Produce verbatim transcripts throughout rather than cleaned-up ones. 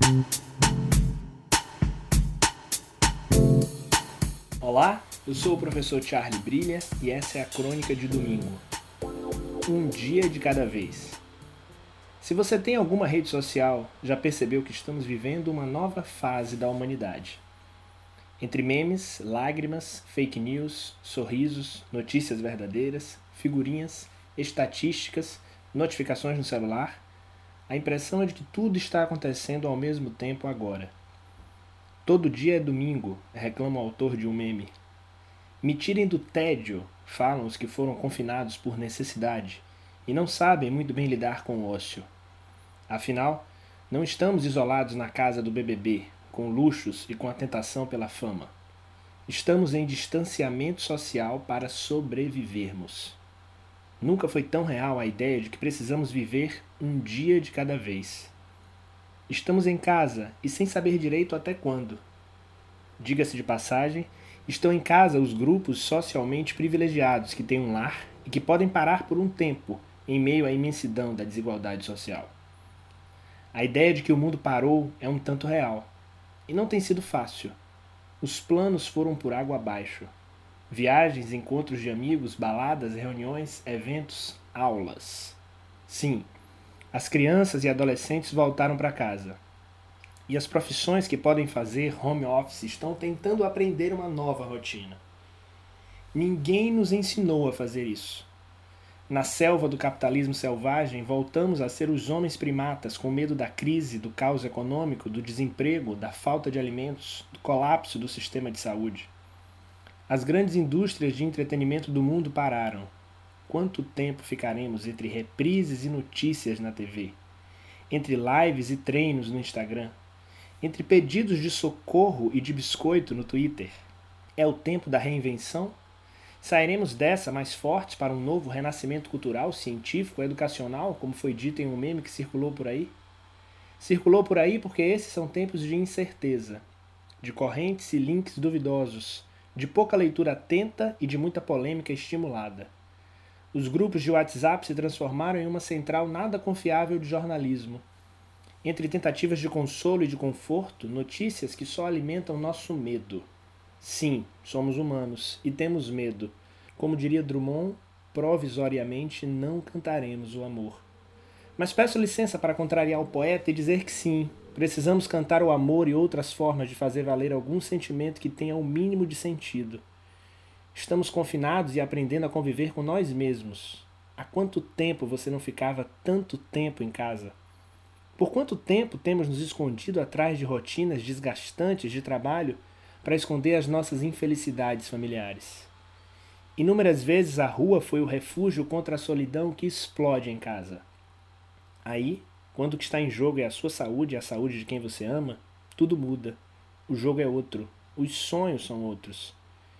Olá, eu sou o professor Charlie Brilha e essa é a Crônica de Domingo. Um dia de cada vez. Se você tem alguma rede social, já percebeu que estamos vivendo uma nova fase da humanidade. Entre memes, lágrimas, fake news, sorrisos, notícias verdadeiras, figurinhas, estatísticas, notificações no celular, a impressão é de que tudo está acontecendo ao mesmo tempo agora. Todo dia é domingo, reclama o autor de um meme. Me tirem do tédio, falam os que foram confinados por necessidade e não sabem muito bem lidar com o ócio. Afinal, não estamos isolados na casa do B B B, com luxos e com a tentação pela fama. Estamos em distanciamento social para sobrevivermos. Nunca foi tão real a ideia de que precisamos viver um dia de cada vez. Estamos em casa e sem saber direito até quando. Diga-se de passagem, estão em casa os grupos socialmente privilegiados que têm um lar e que podem parar por um tempo em meio à imensidão da desigualdade social. A ideia de que o mundo parou é um tanto real. E não tem sido fácil. Os planos foram por água abaixo. Viagens, encontros de amigos, baladas, reuniões, eventos, aulas. Sim, as crianças e adolescentes voltaram para casa. E as profissões que podem fazer home office estão tentando aprender uma nova rotina. Ninguém nos ensinou a fazer isso. Na selva do capitalismo selvagem, voltamos a ser os homens primatas com medo da crise, do caos econômico, do desemprego, da falta de alimentos, do colapso do sistema de saúde. As grandes indústrias de entretenimento do mundo pararam. Quanto tempo ficaremos entre reprises e notícias na T V? Entre lives e treinos no Instagram? Entre pedidos de socorro e de biscoito no Twitter? É o tempo da reinvenção? Sairemos dessa mais fortes para um novo renascimento cultural, científico, educacional, como foi dito em um meme que circulou por aí? Circulou por aí porque esses são tempos de incerteza, de correntes e links duvidosos, de pouca leitura atenta e de muita polêmica estimulada. Os grupos de WhatsApp se transformaram em uma central nada confiável de jornalismo. Entre tentativas de consolo e de conforto, notícias que só alimentam nosso medo. Sim, somos humanos e temos medo. Como diria Drummond, provisoriamente não cantaremos o amor. Mas peço licença para contrariar o poeta e dizer que sim, precisamos cantar o amor e outras formas de fazer valer algum sentimento que tenha o mínimo de sentido. Estamos confinados e aprendendo a conviver com nós mesmos. Há quanto tempo você não ficava tanto tempo em casa? Por quanto tempo temos nos escondido atrás de rotinas desgastantes de trabalho para esconder as nossas infelicidades familiares? Inúmeras vezes a rua foi o refúgio contra a solidão que explode em casa. Aí, quando o que está em jogo é a sua saúde e a saúde de quem você ama, tudo muda. O jogo é outro. Os sonhos são outros.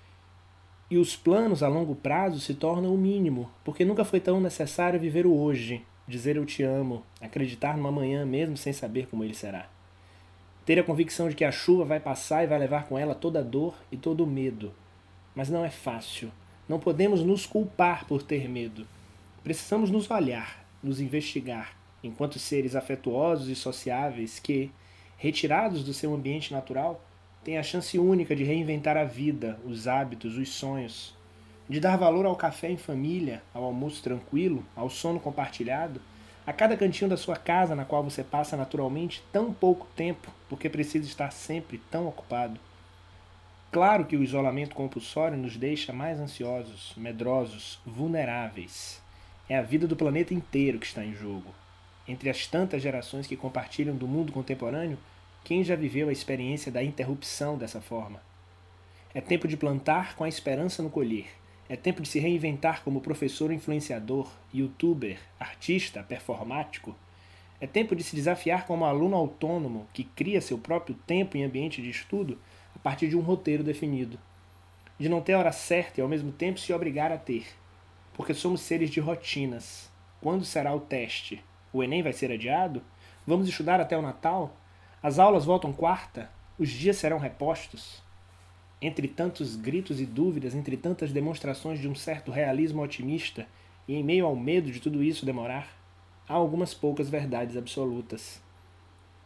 E os planos a longo prazo se tornam o mínimo, porque nunca foi tão necessário viver o hoje, dizer eu te amo, acreditar no amanhã mesmo sem saber como ele será. Ter a convicção de que a chuva vai passar e vai levar com ela toda a dor e todo o medo. Mas não é fácil. Não podemos nos culpar por ter medo. Precisamos nos olhar, nos investigar, enquanto seres afetuosos e sociáveis que, retirados do seu ambiente natural, têm a chance única de reinventar a vida, os hábitos, os sonhos, de dar valor ao café em família, ao almoço tranquilo, ao sono compartilhado, a cada cantinho da sua casa na qual você passa naturalmente tão pouco tempo porque precisa estar sempre tão ocupado. Claro que o isolamento compulsório nos deixa mais ansiosos, medrosos, vulneráveis. É a vida do planeta inteiro que está em jogo. Entre as tantas gerações que compartilham do mundo contemporâneo, quem já viveu a experiência da interrupção dessa forma? É tempo de plantar com a esperança no colher. É tempo de se reinventar como professor influenciador, youtuber, artista, performático. É tempo de se desafiar como aluno autônomo que cria seu próprio tempo em ambiente de estudo a partir de um roteiro definido. De não ter a hora certa e ao mesmo tempo se obrigar a ter. Porque somos seres de rotinas. Quando será o teste? O Enem vai ser adiado? Vamos estudar até o Natal? As aulas voltam quarta? Os dias serão repostos? Entre tantos gritos e dúvidas, entre tantas demonstrações de um certo realismo otimista, e em meio ao medo de tudo isso demorar, há algumas poucas verdades absolutas.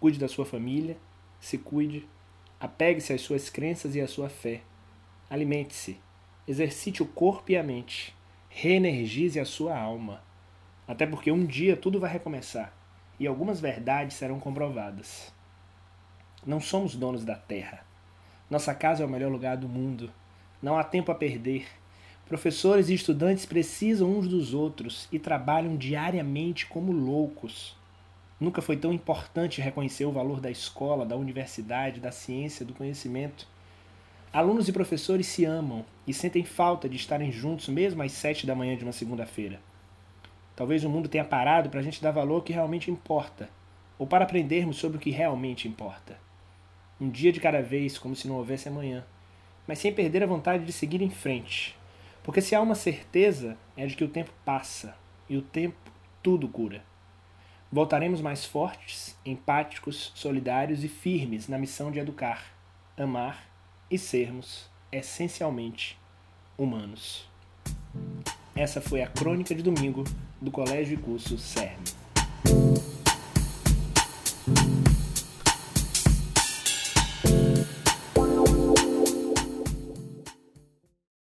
Cuide da sua família, se cuide, apegue-se às suas crenças e à sua fé. Alimente-se, exercite o corpo e a mente, reenergize a sua alma. Até porque um dia tudo vai recomeçar e algumas verdades serão comprovadas. Não somos donos da terra. Nossa casa é o melhor lugar do mundo. Não há tempo a perder. Professores e estudantes precisam uns dos outros e trabalham diariamente como loucos. Nunca foi tão importante reconhecer o valor da escola, da universidade, da ciência, do conhecimento. Alunos e professores se amam e sentem falta de estarem juntos mesmo às sete da manhã de uma segunda-feira. Talvez o mundo tenha parado para a gente dar valor ao que realmente importa, ou para aprendermos sobre o que realmente importa. Um dia de cada vez, como se não houvesse amanhã, mas sem perder a vontade de seguir em frente. Porque se há uma certeza, é de que o tempo passa, e o tempo tudo cura. Voltaremos mais fortes, empáticos, solidários e firmes na missão de educar, amar e sermos, essencialmente, humanos. Essa foi a Crônica de Domingo do Colégio e Curso C E R M.